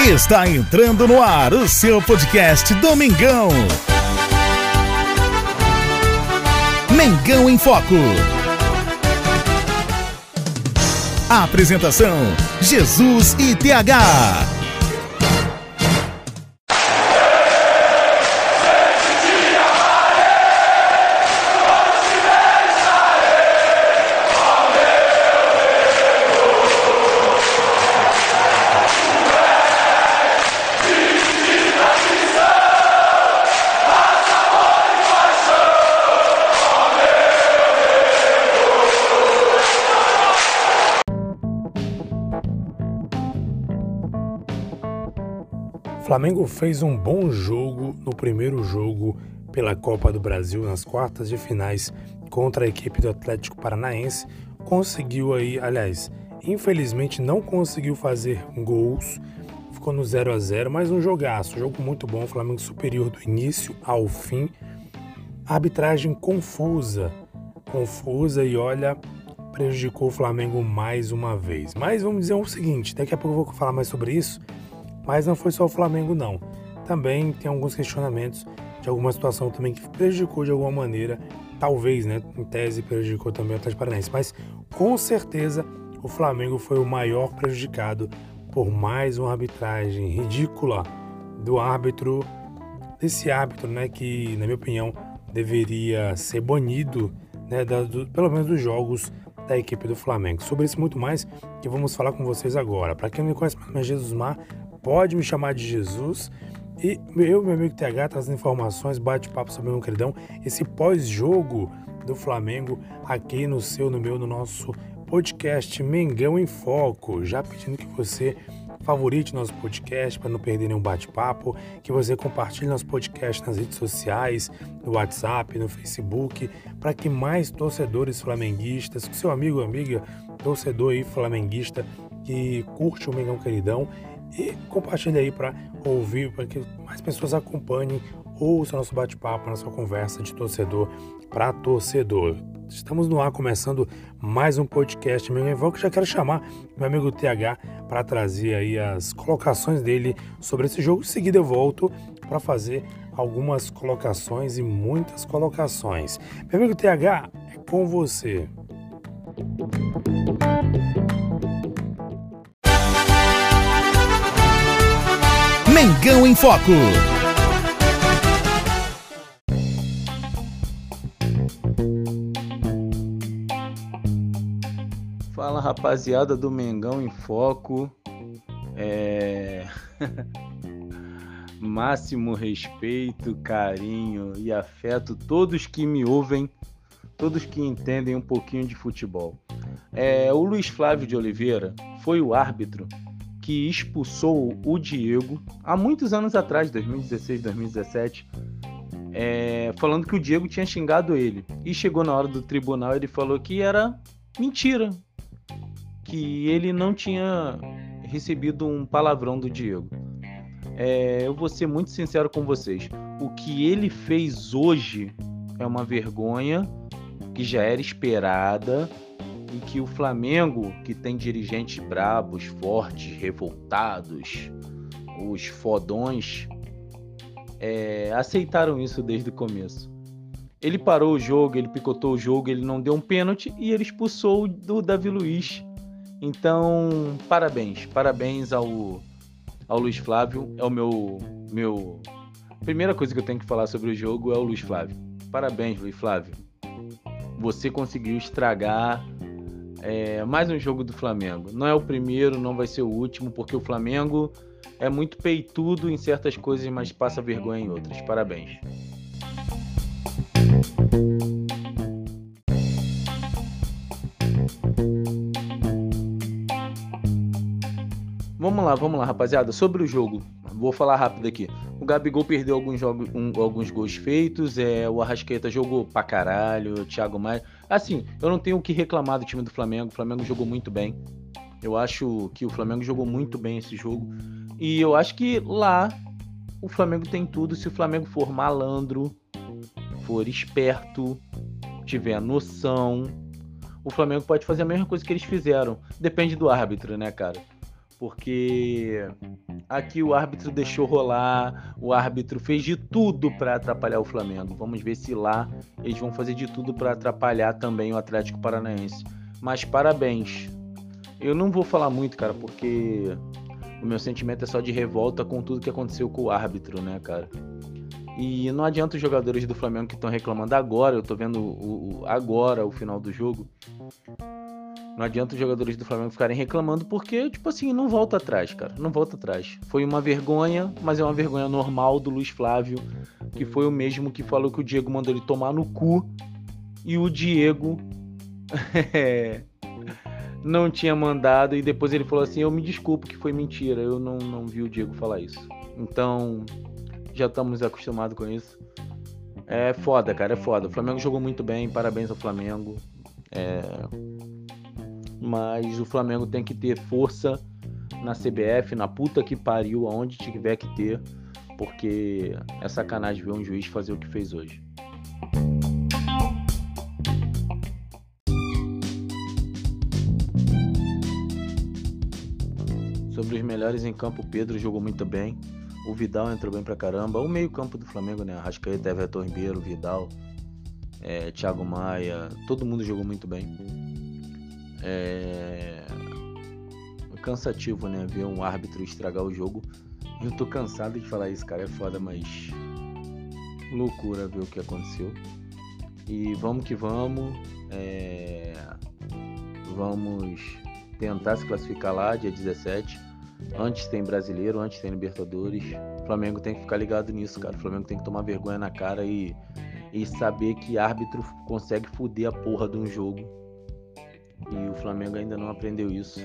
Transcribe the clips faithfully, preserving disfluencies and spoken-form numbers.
Está entrando no ar o seu podcast Domingão. Mengão em Foco. A apresentação: Jesus e T H. O Flamengo fez um bom jogo no primeiro jogo pela Copa do Brasil, nas quartas de finais contra a equipe do Atlético Paranaense. Conseguiu aí, aliás, infelizmente não conseguiu fazer gols, ficou no zero a zero, mas um jogaço, um jogo muito bom, o Flamengo superior do início ao fim. Arbitragem confusa, confusa e olha, prejudicou o Flamengo mais uma vez. Mas vamos dizer o seguinte, daqui a pouco eu vou falar mais sobre isso. Mas não foi só o Flamengo, não. Também tem alguns questionamentos de alguma situação também que prejudicou de alguma maneira, talvez, né, em tese prejudicou também o Atlético Paranaense. Mas, com certeza, o Flamengo foi o maior prejudicado por mais uma arbitragem ridícula do árbitro, desse árbitro, né, que, na minha opinião, deveria ser banido, né, da, do, pelo menos dos jogos da equipe do Flamengo. Sobre isso muito mais que vamos falar com vocês agora. Para quem não me conhece, meu nome é Jesus Mar. Pode me chamar de Jesus. E eu, meu amigo T H, trazendo informações, bate-papo sobre o meu queridão, esse pós-jogo do Flamengo aqui no seu, no meu, no nosso podcast Mengão em Foco. Já pedindo que você favorite nosso podcast para não perder nenhum bate-papo, que você compartilhe nosso podcast nas redes sociais, no WhatsApp, no Facebook, para que mais torcedores flamenguistas, seu amigo ou amiga, torcedor aí flamenguista que curte o Mengão Queridão, e compartilhe aí para ouvir, para que mais pessoas acompanhem, ouçam nosso bate-papo, nossa conversa de torcedor para torcedor. Estamos no ar, começando mais um podcast Mengão em Foco. Já quero chamar meu amigo T H para trazer aí as colocações dele sobre esse jogo. Em seguida eu volto para fazer algumas colocações e muitas colocações. Meu amigo T H, é com você. Mengão em Foco. Fala, rapaziada do Mengão em Foco. É... Máximo respeito, carinho e afeto, todos que me ouvem, todos que entendem um pouquinho de futebol. É... O Luiz Flávio de Oliveira foi o árbitro que expulsou o Diego há muitos anos atrás, dois mil e dezesseis, dois mil e dezessete, é, falando que o Diego tinha xingado ele. E chegou na hora do tribunal, ele falou que era mentira, que ele não tinha recebido um palavrão do Diego. É, eu vou ser muito sincero com vocês. O que ele fez hoje é uma vergonha que já era esperada, e que o Flamengo, que tem dirigentes brabos, fortes, revoltados, os fodões, é, aceitaram isso desde o começo. Ele parou o jogo, ele picotou o jogo, ele não deu um pênalti e ele expulsou o Davi Luiz. Então, parabéns, parabéns ao, ao Luiz Flávio. É o meu, meu... Primeira coisa que eu tenho que falar sobre o jogo é o Luiz Flávio. Parabéns, Luiz Flávio. Você conseguiu estragar É, mais um jogo do Flamengo. Não é o primeiro, não vai ser o último, porque o Flamengo é muito peitudo em certas coisas, mas passa vergonha em outras. Parabéns. Vamos lá, vamos lá, rapaziada. Sobre o jogo, vou falar rápido aqui. O Gabigol perdeu alguns, jogos, um, alguns gols feitos, é, o Arrascaeta jogou pra caralho, o Thiago Maia... Assim, eu não tenho o que reclamar do time do Flamengo, o Flamengo jogou muito bem. Eu acho que o Flamengo jogou muito bem esse jogo. E eu acho que lá o Flamengo tem tudo. Se o Flamengo for malandro, for esperto, tiver noção, o Flamengo pode fazer a mesma coisa que eles fizeram. Depende do árbitro, né, cara? porque aqui o árbitro deixou rolar, o árbitro fez de tudo para atrapalhar o Flamengo. Vamos ver se lá eles vão fazer de tudo para atrapalhar também o Atlético Paranaense. Mas parabéns. Eu não vou falar muito, cara, porque o meu sentimento é só de revolta com tudo que aconteceu com o árbitro, né, cara? E não adianta os jogadores do Flamengo que estão reclamando agora, eu tô vendo o, o, agora o final do jogo, não adianta os jogadores do Flamengo ficarem reclamando porque, tipo assim, não volta atrás, cara, não volta atrás. Foi uma vergonha, mas é uma vergonha normal do Luiz Flávio, que foi o mesmo que falou que o Diego mandou ele tomar no cu, e o Diego não tinha mandado, e depois ele falou assim, eu me desculpo que foi mentira, eu não, não vi o Diego falar isso. Então... já estamos acostumados com isso. É foda, cara, é foda. O Flamengo jogou muito bem, parabéns ao Flamengo. É... Mas o Flamengo tem que ter força na C B F, na puta que pariu, aonde tiver que ter, porque é sacanagem ver um juiz fazer o que fez hoje. Sobre os melhores em campo, o Pedro jogou muito bem. O Vidal entrou bem pra caramba. O meio campo do Flamengo, né? Arrascaeta, Everton Ribeiro, Vidal, é, Thiago Maia. Todo mundo jogou muito bem. É... cansativo, né? Ver um árbitro estragar o jogo. Eu tô cansado de falar isso, cara. É foda, mas... loucura ver o que aconteceu. E vamos que vamos. É... Vamos tentar se classificar lá, dia dezessete. Antes tem Brasileiro, antes tem Libertadores. O Flamengo tem que ficar ligado nisso, cara. O Flamengo tem que tomar vergonha na cara e, e saber que árbitro consegue foder a porra de um jogo. E o Flamengo ainda não aprendeu isso.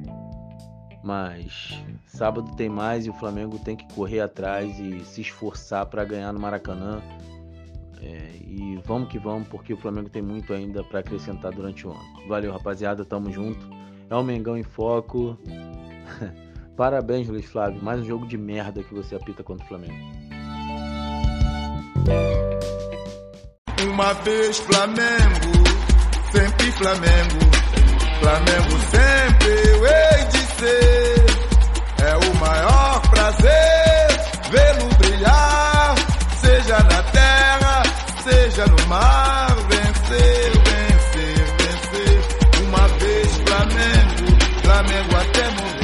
Mas sábado tem mais e o Flamengo tem que correr atrás e se esforçar para ganhar no Maracanã. É, e vamos que vamos, porque o Flamengo tem muito ainda para acrescentar durante o ano. Valeu, rapaziada, tamo junto. É o Mengão em Foco. Parabéns, Luiz Flávio. Mais um jogo de merda que você apita contra o Flamengo. Uma vez Flamengo, sempre Flamengo. Flamengo sempre eu hei de ser. É o maior prazer vê-lo brilhar. Seja na terra, seja no mar. Vencer, vencer, vencer. Uma vez Flamengo, Flamengo até morrer.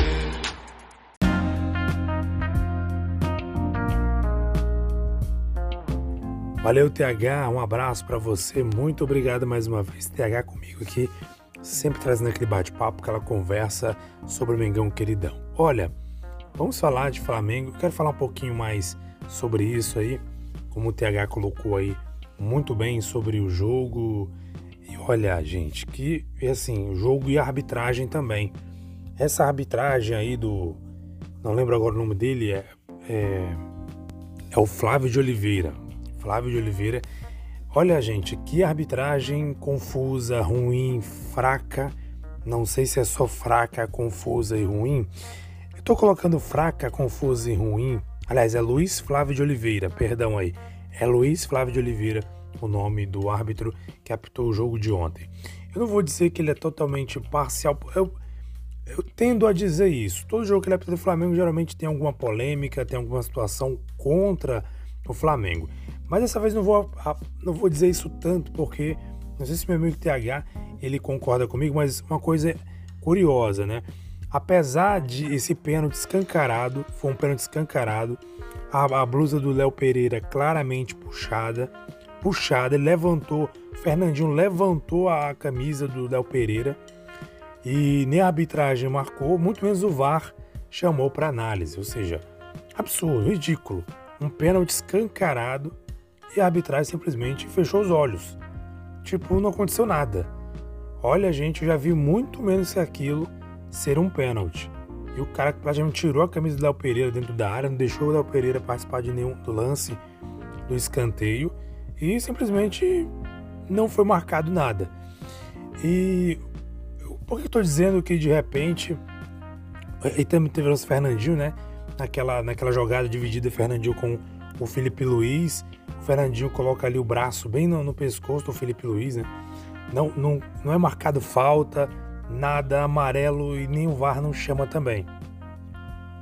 Valeu, T H, um abraço pra você, muito obrigado mais uma vez, T H comigo aqui, sempre trazendo aquele bate-papo, aquela conversa sobre o Mengão queridão. Olha, vamos falar de Flamengo, eu quero falar um pouquinho mais sobre isso aí, como o T H colocou aí muito bem sobre o jogo, e olha, gente, que, assim, o jogo e a arbitragem também. Essa arbitragem aí do, não lembro agora o nome dele, é, é, é o Flávio de Oliveira, Flávio de Oliveira, olha, gente, que arbitragem confusa, ruim, fraca, não sei se é só fraca, confusa e ruim, eu tô colocando fraca, confusa e ruim, aliás, é Luiz Flávio de Oliveira, perdão aí, é Luiz Flávio de Oliveira, o nome do árbitro que apitou o jogo de ontem. Eu não vou dizer que ele é totalmente parcial, eu, eu tendo a dizer isso, todo jogo que ele apita do Flamengo geralmente tem alguma polêmica, tem alguma situação contra o Flamengo. Mas dessa vez não vou, não vou dizer isso tanto, porque não sei se meu amigo T H ele concorda comigo, mas uma coisa curiosa, né? Apesar de esse pênalti escancarado, foi um pênalti escancarado, a, a blusa do Léo Pereira claramente puxada, puxada, ele levantou, Fernandinho levantou a camisa do Léo Pereira e nem a arbitragem marcou, muito menos o V A R chamou para análise, ou seja, absurdo, ridículo, um pênalti escancarado e a arbitragem simplesmente fechou os olhos. Tipo, não aconteceu nada. Olha, gente, eu já vi muito menos que aquilo ser um pênalti. E o cara que praticamente tirou a camisa do Léo Pereira dentro da área, não deixou o Léo Pereira participar de nenhum lance do escanteio e simplesmente não foi marcado nada. E por que eu tô dizendo que de repente... E também teve o Fernandinho, né? Naquela, naquela jogada dividida, Fernandinho com o Felipe Luiz. O Fernandinho coloca ali o braço bem no, no pescoço do Felipe Luiz, né? Não, não, não é marcado falta, nada, amarelo, e nem o V A R não chama também.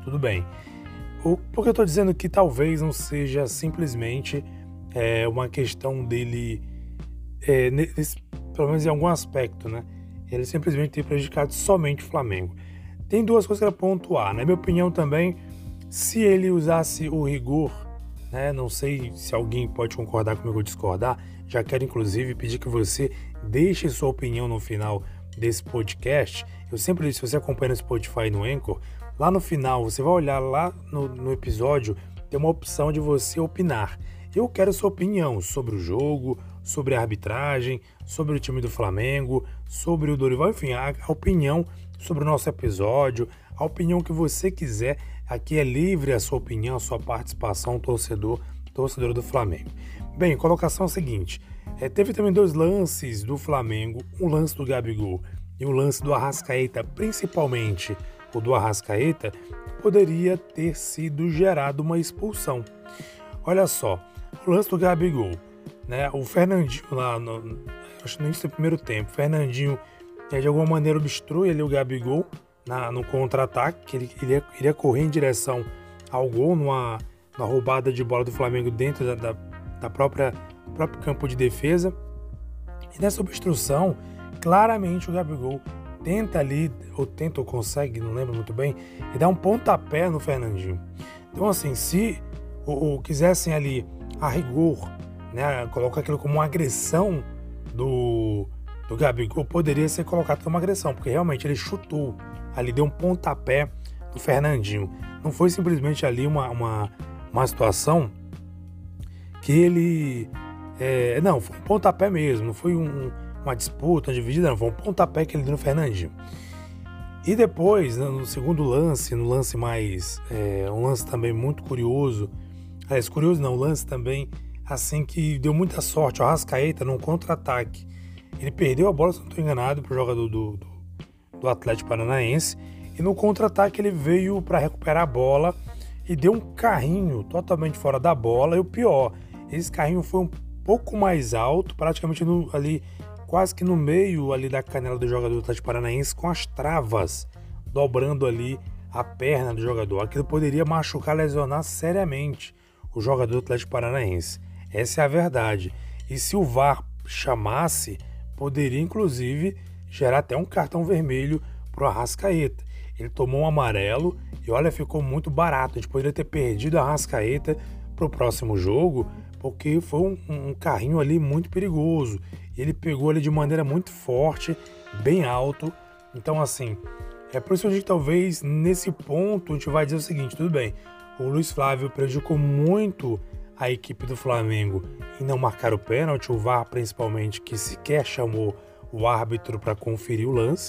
tudo bem. O, porque eu estou dizendo que talvez não seja simplesmente é, uma questão dele, é, nesse, pelo menos em algum aspecto, né? Ele simplesmente tem prejudicado somente o Flamengo. Tem duas coisas que eu quero pontuar. Na minha opinião também, se ele usasse o rigor, né, não sei se alguém pode concordar comigo ou discordar, já quero inclusive pedir que você deixe sua opinião no final desse podcast. Eu sempre disse, se você acompanha no Spotify e no Anchor, lá no final, você vai olhar lá no, no episódio, tem uma opção de você opinar. Eu quero sua opinião sobre o jogo, sobre a arbitragem, sobre o time do Flamengo, sobre o Dorival, enfim, a, a opinião sobre o nosso episódio, a opinião que você quiser. Aqui é livre a sua opinião, a sua participação, torcedor, torcedor do Flamengo. Bem, colocação é a seguinte, é, teve também dois lances do Flamengo, um lance do Gabigol e um lance do Arrascaeta, principalmente o do Arrascaeta, poderia ter sido gerado uma expulsão. Olha só, o lance do Gabigol, né? O Fernandinho lá, no, acho que no início do primeiro tempo, o Fernandinho é, de alguma maneira obstrui ali o Gabigol na, no contra-ataque, que ele iria, iria correr em direção ao gol, numa, numa roubada de bola do Flamengo dentro da, da, da própria próprio campo de defesa. E nessa obstrução, claramente o Gabigol tenta ali, ou tenta ou consegue, não lembro muito bem, e dá um pontapé no Fernandinho. Então assim, se ou, ou quisessem ali a rigor, né, colocar aquilo como uma agressão do, do Gabigol, poderia ser colocado como uma agressão, porque realmente ele chutou, ali deu um pontapé no Fernandinho. Não foi simplesmente ali uma, uma, uma situação que ele... É, não, foi um pontapé mesmo, não foi um, uma disputa, uma dividida, não, foi um pontapé que ele deu no Fernandinho. E depois, no segundo lance, no lance mais... É, um lance também muito curioso, aliás, curioso não, um lance também assim que deu muita sorte, o Arrascaeta num contra-ataque. Ele perdeu a bola, se não estou enganado, para o jogador do, do, do Atlético Paranaense, e no contra-ataque ele veio para recuperar a bola e deu um carrinho totalmente fora da bola, e o pior, esse carrinho foi um pouco mais alto, praticamente no, ali, quase que no meio ali da canela do jogador do Atlético Paranaense, com as travas dobrando ali a perna do jogador. Aquilo poderia machucar, lesionar seriamente o jogador do Atlético Paranaense. Essa é a verdade. E se o V A R chamasse, poderia inclusive gerar até um cartão vermelho para o Arrascaeta. Ele tomou um amarelo e olha, ficou muito barato. A gente poderia ter perdido o Arrascaeta para o próximo jogo, porque foi um, um carrinho ali muito perigoso. Ele pegou ali de maneira muito forte, bem alto. Então assim, é por isso que a gente talvez nesse ponto a gente vai dizer o seguinte, tudo bem, o Luiz Flávio prejudicou muito a equipe do Flamengo em não marcar o pênalti, o V A R principalmente, que sequer chamou o árbitro para conferir o lance,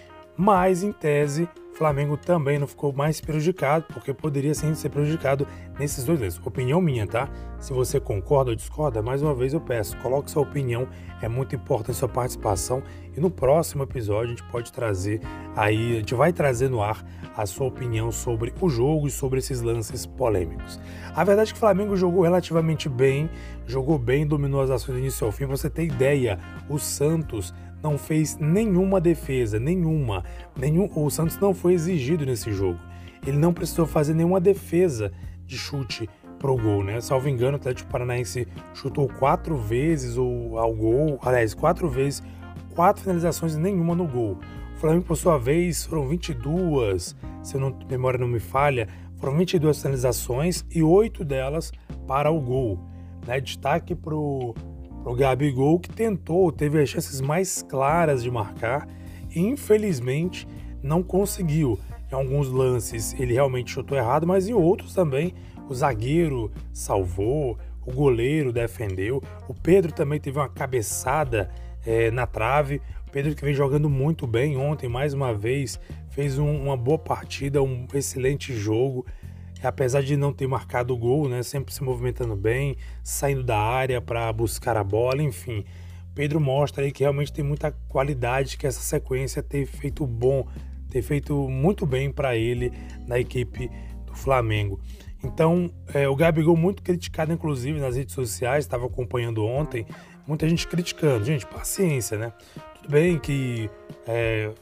mas em tese o Flamengo também não ficou mais prejudicado, porque poderia sim ser prejudicado nesses dois lances. Opinião minha, tá? Se você concorda ou discorda, mais uma vez eu peço, coloque sua opinião, é muito importante sua participação, e no próximo episódio a gente pode trazer aí, a gente vai trazer no ar a sua opinião sobre o jogo e sobre esses lances polêmicos. A verdade é que o Flamengo jogou relativamente bem, jogou bem, dominou as ações do início ao fim. Pra você ter ideia, o Santos não fez nenhuma defesa, nenhuma, nenhum, o Santos não foi exigido nesse jogo. Ele não precisou fazer nenhuma defesa de chute pro gol, né? Salvo engano, o Atlético Paranaense chutou quatro vezes ou ao gol, aliás, quatro vezes, quatro finalizações e nenhuma no gol. O Flamengo, por sua vez, foram vinte e duas, se a memória não me falha, foram vinte e duas finalizações e oito delas para o gol, né? Destaque pro o Gabigol, que tentou, teve as chances mais claras de marcar e infelizmente não conseguiu. Em alguns lances ele realmente chutou errado, mas em outros também o zagueiro salvou, o goleiro defendeu, o Pedro também teve uma cabeçada é, na trave. O Pedro, que vem jogando muito bem ontem, mais uma vez, fez um, uma boa partida, um excelente jogo. Apesar de não ter marcado o gol, né, sempre se movimentando bem, saindo da área para buscar a bola, enfim. Pedro mostra aí que realmente tem muita qualidade, que essa sequência ter feito bom, ter feito muito bem para ele na equipe do Flamengo. Então, é, o Gabigol muito criticado, inclusive, nas redes sociais, estava acompanhando ontem, muita gente criticando. Gente, paciência, né? Tudo bem que... É,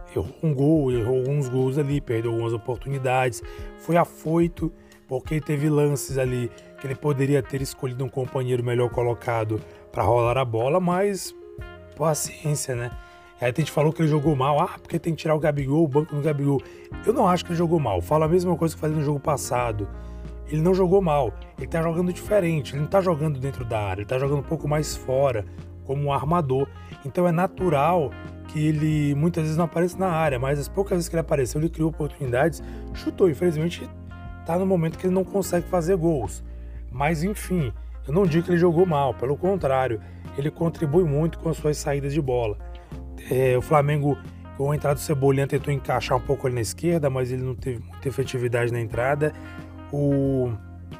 errou um gol, errou alguns gols ali, perdeu algumas oportunidades, foi afoito, porque teve lances ali que ele poderia ter escolhido um companheiro melhor colocado para rolar a bola, mas paciência, né? Aí a gente falou que ele jogou mal, ah, porque tem que tirar o Gabigol, o banco do Gabigol. Eu não acho que ele jogou mal, falo a mesma coisa que eu falei no jogo passado. Ele não jogou mal, ele tá jogando diferente, ele não tá jogando dentro da área, ele tá jogando um pouco mais fora, como um armador. Então é natural que ele muitas vezes não apareça na área, mas as poucas vezes que ele apareceu, ele criou oportunidades, chutou. Infelizmente, tá no momento que ele não consegue fazer gols. Mas enfim, eu não digo que ele jogou mal, pelo contrário, ele contribui muito com as suas saídas de bola. É, o Flamengo, com a entrada do Cebolinha, tentou encaixar um pouco ali na esquerda, mas ele não teve muita efetividade na entrada. O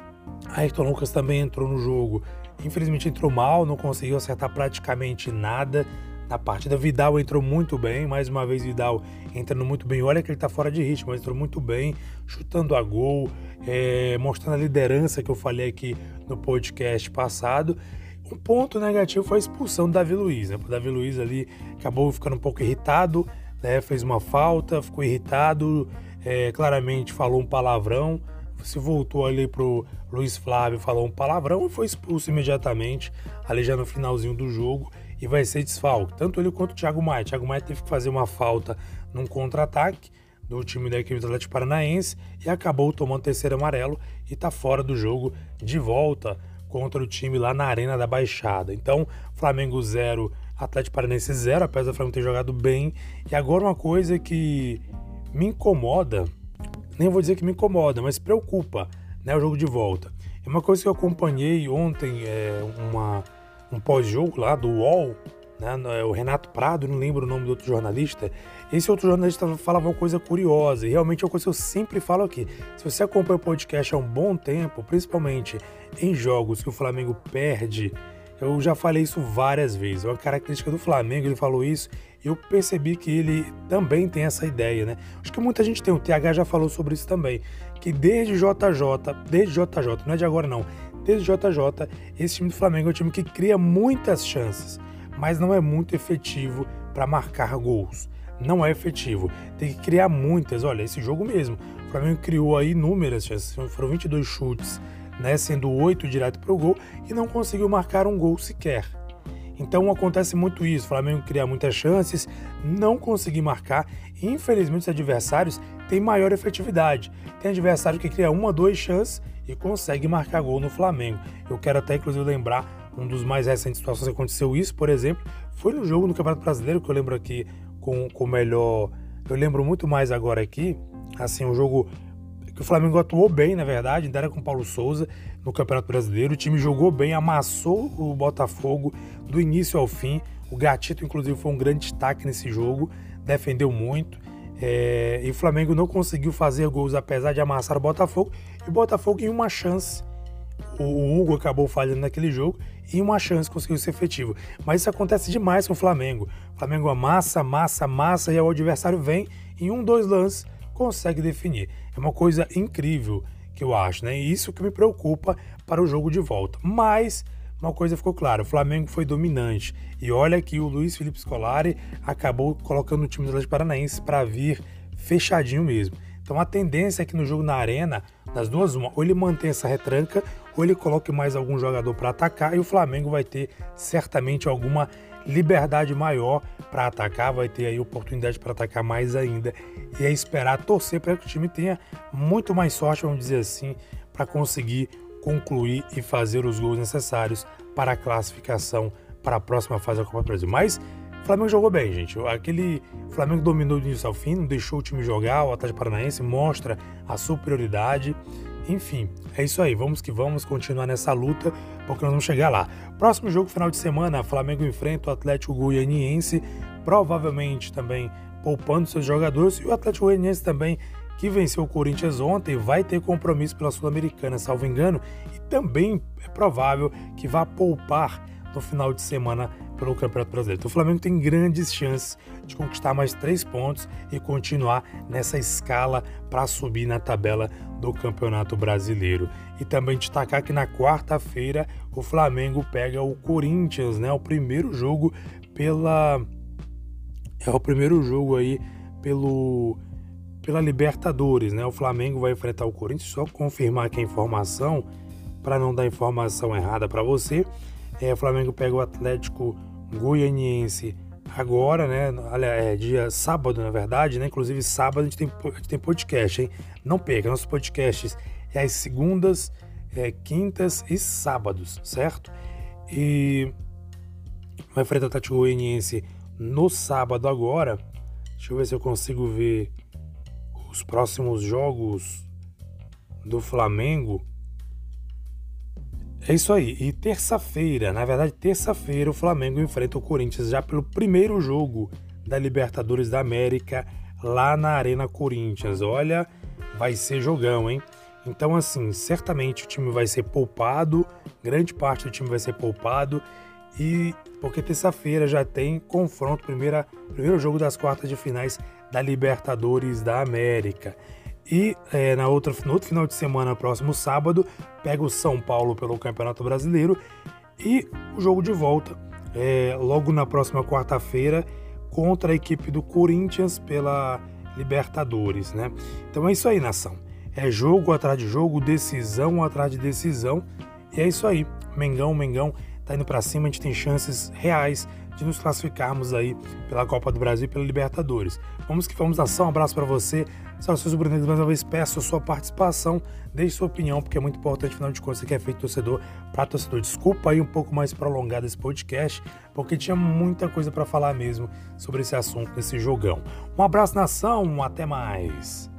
Ayrton Lucas também entrou no jogo, infelizmente entrou mal, não conseguiu acertar praticamente nada na partida. Vidal entrou muito bem, mais uma vez Vidal entrando muito bem, olha que ele tá fora de ritmo, mas entrou muito bem, chutando a gol, é, mostrando a liderança que eu falei aqui no podcast passado. Um ponto negativo foi a expulsão do Davi Luiz, né? O Davi Luiz ali acabou ficando um pouco irritado, né? Fez uma falta, ficou irritado, é, claramente falou um palavrão, se voltou ali pro Luiz Flávio, falou um palavrão e foi expulso imediatamente, ali já no finalzinho do jogo, e vai ser desfalque. Tanto ele quanto o Thiago Maia. Thiago Maia teve que fazer uma falta num contra-ataque do time da equipe do Atlético Paranaense e acabou tomando terceiro amarelo e tá fora do jogo, de volta contra o time lá na Arena da Baixada. Então, Flamengo zero, Atlético Paranaense zero, apesar do Flamengo ter jogado bem. E agora uma coisa que me incomoda, nem vou dizer que me incomoda, mas preocupa, né, o jogo de volta. É uma coisa que eu acompanhei ontem, é, uma, um pós-jogo lá do U O L, né, o Renato Prado, não lembro o nome do outro jornalista. Esse outro jornalista falava uma coisa curiosa, e realmente é uma coisa que eu sempre falo aqui. Se você acompanha o podcast há um bom tempo, principalmente em jogos que o Flamengo perde, eu já falei isso várias vezes, é uma característica do Flamengo, ele falou isso, e eu percebi que ele também tem essa ideia, né? Acho que muita gente tem, o T H já falou sobre isso também, que desde J J, desde J J, não é de agora não, desde J J, esse time do Flamengo é um time que cria muitas chances, mas não é muito efetivo para marcar gols. Não é efetivo. Tem que criar muitas. Olha, esse jogo mesmo, o Flamengo criou aí inúmeras chances. Foram vinte e dois chutes, né, sendo oito direto para o gol, e não conseguiu marcar um gol sequer. Então acontece muito isso. O Flamengo cria muitas chances, não conseguir marcar. E, infelizmente, os adversários têm maior efetividade. Tem adversário que cria uma, duas chances e consegue marcar gol no Flamengo. Eu quero até, inclusive, lembrar um dos mais recentes situações que aconteceu isso, por exemplo, foi no jogo no Campeonato Brasileiro, que eu lembro aqui com o melhor... Eu lembro muito mais agora aqui, assim, um jogo que o Flamengo atuou bem, na verdade, ainda era com o Paulo Souza no Campeonato Brasileiro. O time jogou bem, amassou o Botafogo do início ao fim. O Gatito, inclusive, foi um grande destaque nesse jogo, defendeu muito. É... E o Flamengo não conseguiu fazer gols, apesar de amassar o Botafogo. E o Botafogo, em uma chance, o Hugo acabou falhando naquele jogo, e uma chance conseguiu ser efetivo. Mas isso acontece demais com o Flamengo. O Flamengo amassa, amassa, amassa, e o adversário vem, em um, dois lances, consegue definir. É uma coisa incrível que eu acho, né? E isso que me preocupa para o jogo de volta. Mas uma coisa ficou clara, o Flamengo foi dominante. E olha que o Luiz Felipe Scolari acabou colocando o time do Atlético Paranaense para vir fechadinho mesmo. Então a tendência é que no jogo na Arena, das duas uma, ou ele mantém essa retranca, ou ele coloque mais algum jogador para atacar, e o Flamengo vai ter certamente alguma liberdade maior para atacar, vai ter aí oportunidade para atacar mais ainda, e é esperar, torcer para que o time tenha muito mais sorte, vamos dizer assim, para conseguir concluir e fazer os gols necessários para a classificação para a próxima fase da Copa do Brasil. Mas o Flamengo jogou bem, gente. Aquele Flamengo dominou do início ao fim, não deixou o time jogar, o Atlético Paranaense mostra a superioridade. Enfim, é isso aí, vamos que vamos continuar nessa luta, porque nós vamos chegar lá. Próximo jogo, final de semana, Flamengo enfrenta o Atlético Goianiense, provavelmente também poupando seus jogadores, e o Atlético Goianiense também, que venceu o Corinthians ontem, vai ter compromisso pela Sul-Americana, salvo engano, e também é provável que vá poupar no final de semana pelo Campeonato Brasileiro. Então o Flamengo tem grandes chances de conquistar mais três pontos e continuar nessa escala para subir na tabela do Campeonato Brasileiro. E também destacar que na quarta-feira o Flamengo pega o Corinthians, né? O primeiro jogo pela... É o primeiro jogo aí pelo, pela Libertadores, né? O Flamengo vai enfrentar o Corinthians, só confirmar aqui a informação, para não dar informação errada para você. É, o Flamengo pega o Atlético Goianiense agora, né? É dia sábado, na verdade, né? Inclusive sábado a gente tem, a gente tem podcast, hein? Não perca, nossos podcasts é às segundas, é, quintas e sábados, certo? E vai enfrentar o Atlético Goianiense no sábado agora. Deixa eu ver se eu consigo ver os próximos jogos do Flamengo. É isso aí. E terça-feira, na verdade, terça-feira o Flamengo enfrenta o Corinthians já pelo primeiro jogo da Libertadores da América lá na Arena Corinthians. Olha, vai ser jogão, hein? Então, assim, certamente o time vai ser poupado, grande parte do time vai ser poupado, e porque terça-feira já tem confronto, primeira, primeiro jogo das quartas de finais da Libertadores da América. E é, na outra, no outro final de semana, próximo sábado, pega o São Paulo pelo Campeonato Brasileiro, e o jogo de volta, é, logo na próxima quarta-feira, contra a equipe do Corinthians pela Libertadores, né? Então é isso aí, nação. É jogo atrás de jogo, decisão atrás de decisão. E é isso aí. Mengão, Mengão tá indo pra cima. A gente tem chances reais de nos classificarmos aí pela Copa do Brasil e pela Libertadores. Vamos que vamos, nação. Um abraço para você. Saudações rubro-negras, mais uma vez peço a sua participação. Deixe sua opinião, porque é muito importante, afinal de contas, você que é feito torcedor para torcedor. Desculpa aí um pouco mais prolongado esse podcast, porque tinha muita coisa para falar mesmo sobre esse assunto, desse jogão. Um abraço, nação. Até mais.